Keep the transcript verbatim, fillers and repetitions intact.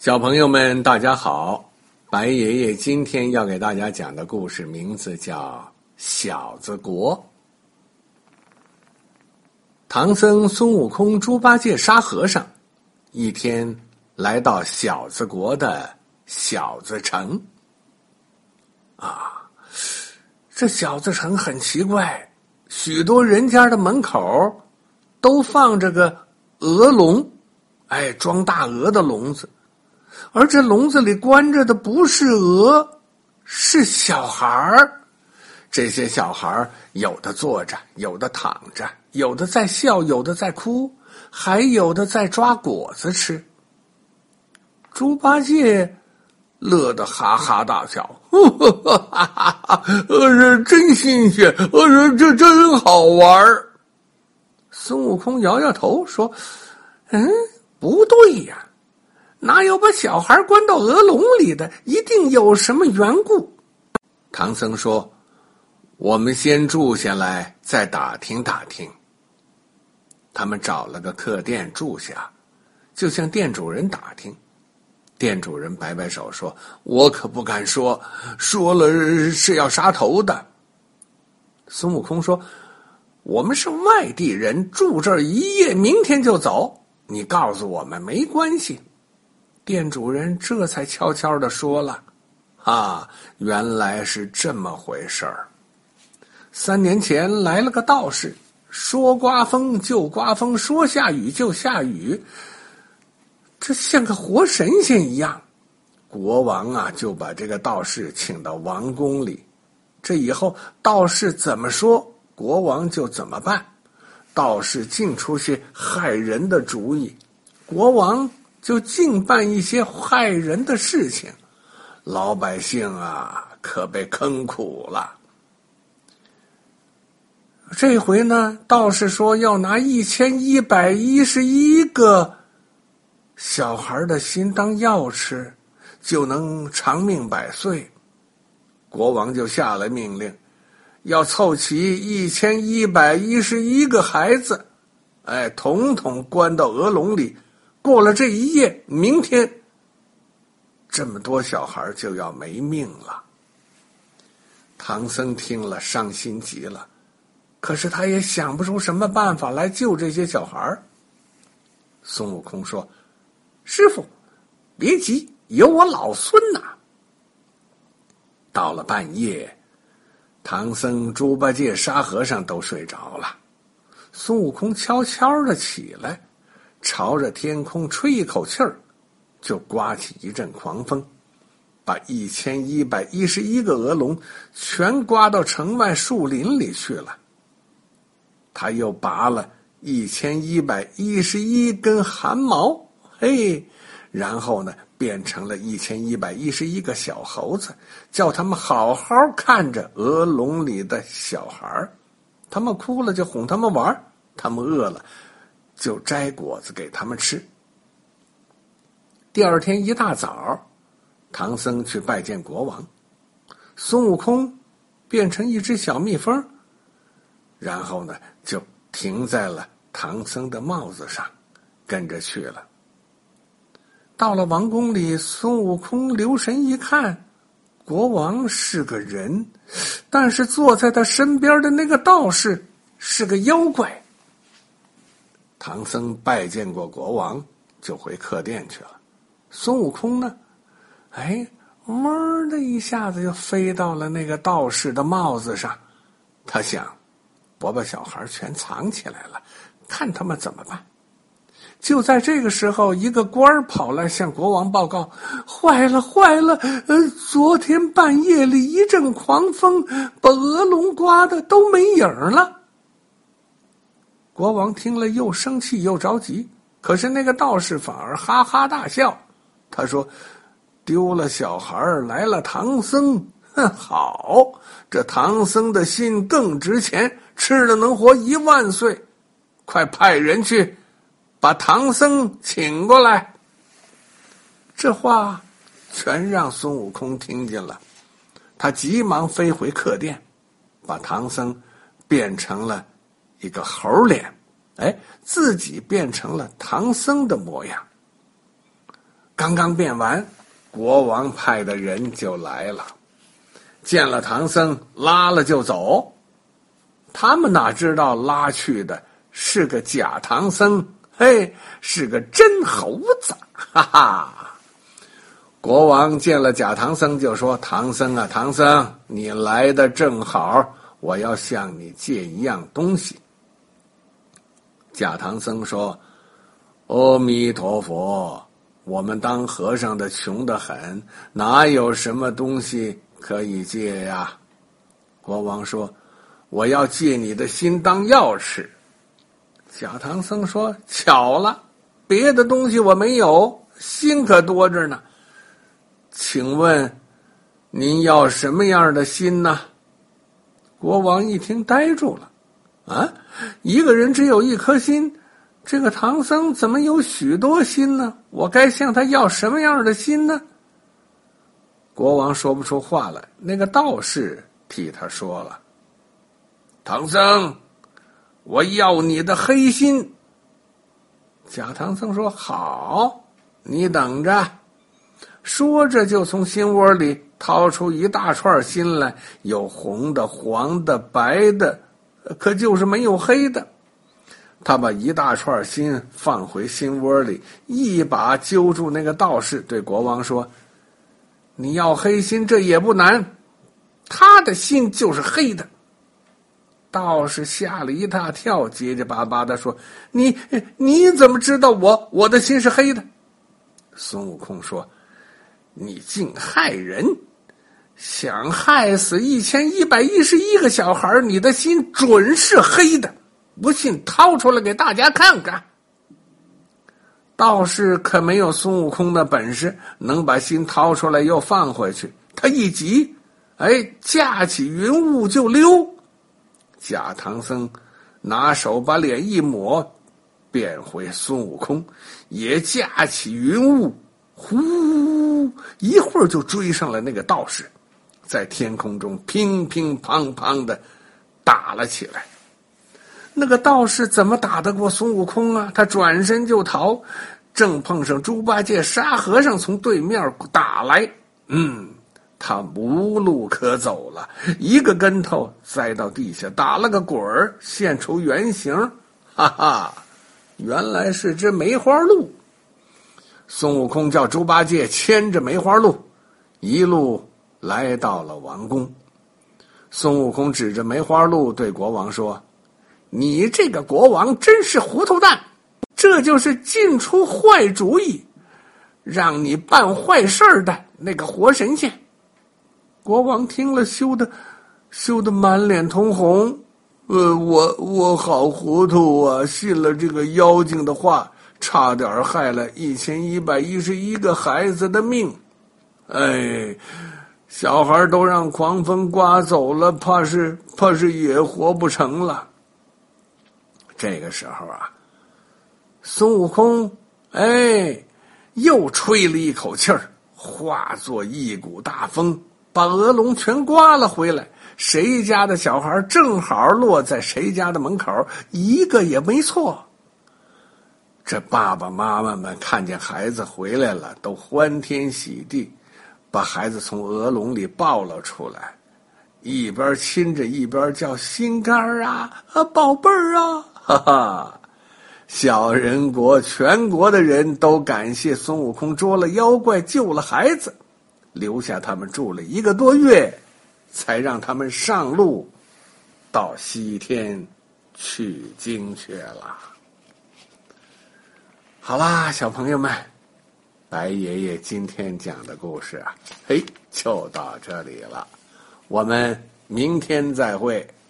小朋友们大家好，白爷爷今天要给大家讲的故事名字叫小子国。唐僧、孙悟空、猪八戒、沙和尚一天来到小子国的小子城。啊，这小子城很奇怪，许多人家的门口都放着个鹅笼，哎，装大鹅的笼子，而这笼子里关着的不是鹅，是小孩儿。这些小孩儿有的坐着，有的躺着，有的在笑，有的在哭，还有的在抓果子吃。猪八戒乐得哈哈大笑，呵呵呵哈哈哈，呃，真新鲜，呃，这真好玩。孙悟空摇摇头说：“嗯，不对呀，哪有把小孩关到鹅笼里的？一定有什么缘故。”唐僧说：“我们先住下来，再打听打听。”他们找了个客店住下，就向店主人打听。店主人摆摆手说：“我可不敢说，说了是要杀头的。”孙悟空说：“我们是外地人，住这儿一夜，明天就走。你告诉我们没关系。”店主人这才悄悄地说了：“啊，原来是这么回事儿。三年前来了个道士，说刮风就刮风，说下雨就下雨，这像个活神仙一样。国王啊，就把这个道士请到王宫里。这以后道士怎么说，国王就怎么办。道士净出些害人的主意，国王就净办一些害人的事情，老百姓啊可被坑苦了。这回呢，道士说要拿一千一百一十一个小孩的心当药吃，就能长命百岁。国王就下了命令，要凑齐一千一百一十一个孩子，哎，统统关到鹅笼里。过了这一夜，明天这么多小孩就要没命了。唐僧听了伤心极了，可是他也想不出什么办法来救这些小孩。孙悟空说：“师傅，别急，有我老孙呐。”到了半夜，唐僧、猪八戒、沙和尚都睡着了，孙悟空悄悄地起来，朝着天空吹一口气儿，就刮起一阵狂风，把一千一百一十一个鹅笼全刮到城外树林里去了。他又拔了一千一百一十一根汗毛，嘿，然后呢，变成了一千一百一十一个小猴子，叫他们好好看着鹅笼里的小孩。他们哭了就哄他们玩，他们饿了就摘果子给他们吃。第二天一大早，唐僧去拜见国王，孙悟空变成一只小蜜蜂，然后呢就停在了唐僧的帽子上，跟着去了。到了王宫里，孙悟空留神一看，国王是个人，但是坐在他身边的那个道士是个妖怪。唐僧拜见过国王，就回客店去了。孙悟空呢，哎，嗡的一下子就飞到了那个道士的帽子上。他想，我把小孩全藏起来了，看他们怎么办。就在这个时候，一个官儿跑来向国王报告：“坏了，坏了！呃，昨天半夜里一阵狂风，把鹅笼刮的都没影了。”国王听了又生气又着急，可是那个道士反而哈哈大笑。他说：“丢了小孩来了唐僧，哼，好，这唐僧的心更值钱，吃了能活一万岁。快派人去把唐僧请过来。”这话全让孙悟空听见了，他急忙飞回客店，把唐僧变成了一个猴脸，哎，自己变成了唐僧的模样。 刚刚变完，国王派的人就来了，见了唐僧，拉了就走。他们哪知道拉去的是个假唐僧，嘿，是个真猴子，哈哈！国王见了假唐僧就说：“唐僧啊，唐僧，你来的正好，我要向你借一样东西。”假唐僧说：“阿弥陀佛，我们当和尚的穷得很，哪有什么东西可以借呀？”国王说：“我要借你的心当药吃。”假唐僧说：“巧了，别的东西我没有，心可多着呢。请问您要什么样的心呢？”国王一听呆住了，啊，一个人只有一颗心，这个唐僧怎么有许多心呢？我该向他要什么样的心呢？国王说不出话来，那个道士替他说了：“唐僧，我要你的黑心。”假唐僧说：“好，你等着。”说着就从心窝里掏出一大串心来，有红的、黄的、白的，可就是没有黑的。他把一大串心放回心窝里，一把揪住那个道士，对国王说：“你要黑心，这也不难，他的心就是黑的。”道士吓了一大跳，结结巴巴地说：“你你怎么知道我我的心是黑的？”孙悟空说：“你竟害人，想害死一千一百一十一个小孩，你的心准是黑的，不信掏出来给大家看看。”道士可没有孙悟空的本事，能把心掏出来又放回去。他一急，哎，架起云雾就溜。假唐僧拿手把脸一抹，变回孙悟空，也架起云雾，呼，一会儿就追上了那个道士，在天空中乒乒乓乓的打了起来。那个道士怎么打得过孙悟空啊？他转身就逃，正碰上猪八戒、沙和尚从对面打来，嗯，他无路可走了，一个跟头栽到地下，打了个滚儿，现出原形，哈哈，原来是只梅花鹿。孙悟空叫猪八戒牵着梅花鹿，一路来到了王宫。孙悟空指着梅花鹿对国王说：“你这个国王真是糊涂蛋，这就是尽出坏主意，让你办坏事的那个活神仙。”国王听了，羞得羞得满脸通红。呃，我我好糊涂啊！信了这个妖精的话，差点害了一千一百一十一个孩子的命。哎，小孩都让狂风刮走了，怕是怕是也活不成了。这个时候啊，孙悟空哎又吹了一口气儿，化作一股大风，把鹅笼全刮了回来。谁家的小孩正好落在谁家的门口，一个也没错。这爸爸妈妈们看见孩子回来了，都欢天喜地，把孩子从鹅笼里抱了出来，一边亲着一边叫心肝啊啊宝贝儿啊，哈哈！小人国全国的人都感谢孙悟空捉了妖怪，救了孩子，留下他们住了一个多月，才让他们上路到西天取经去了。好啦，小朋友们，白爷爷今天讲的故事啊，嘿，就到这里了，我们明天再会。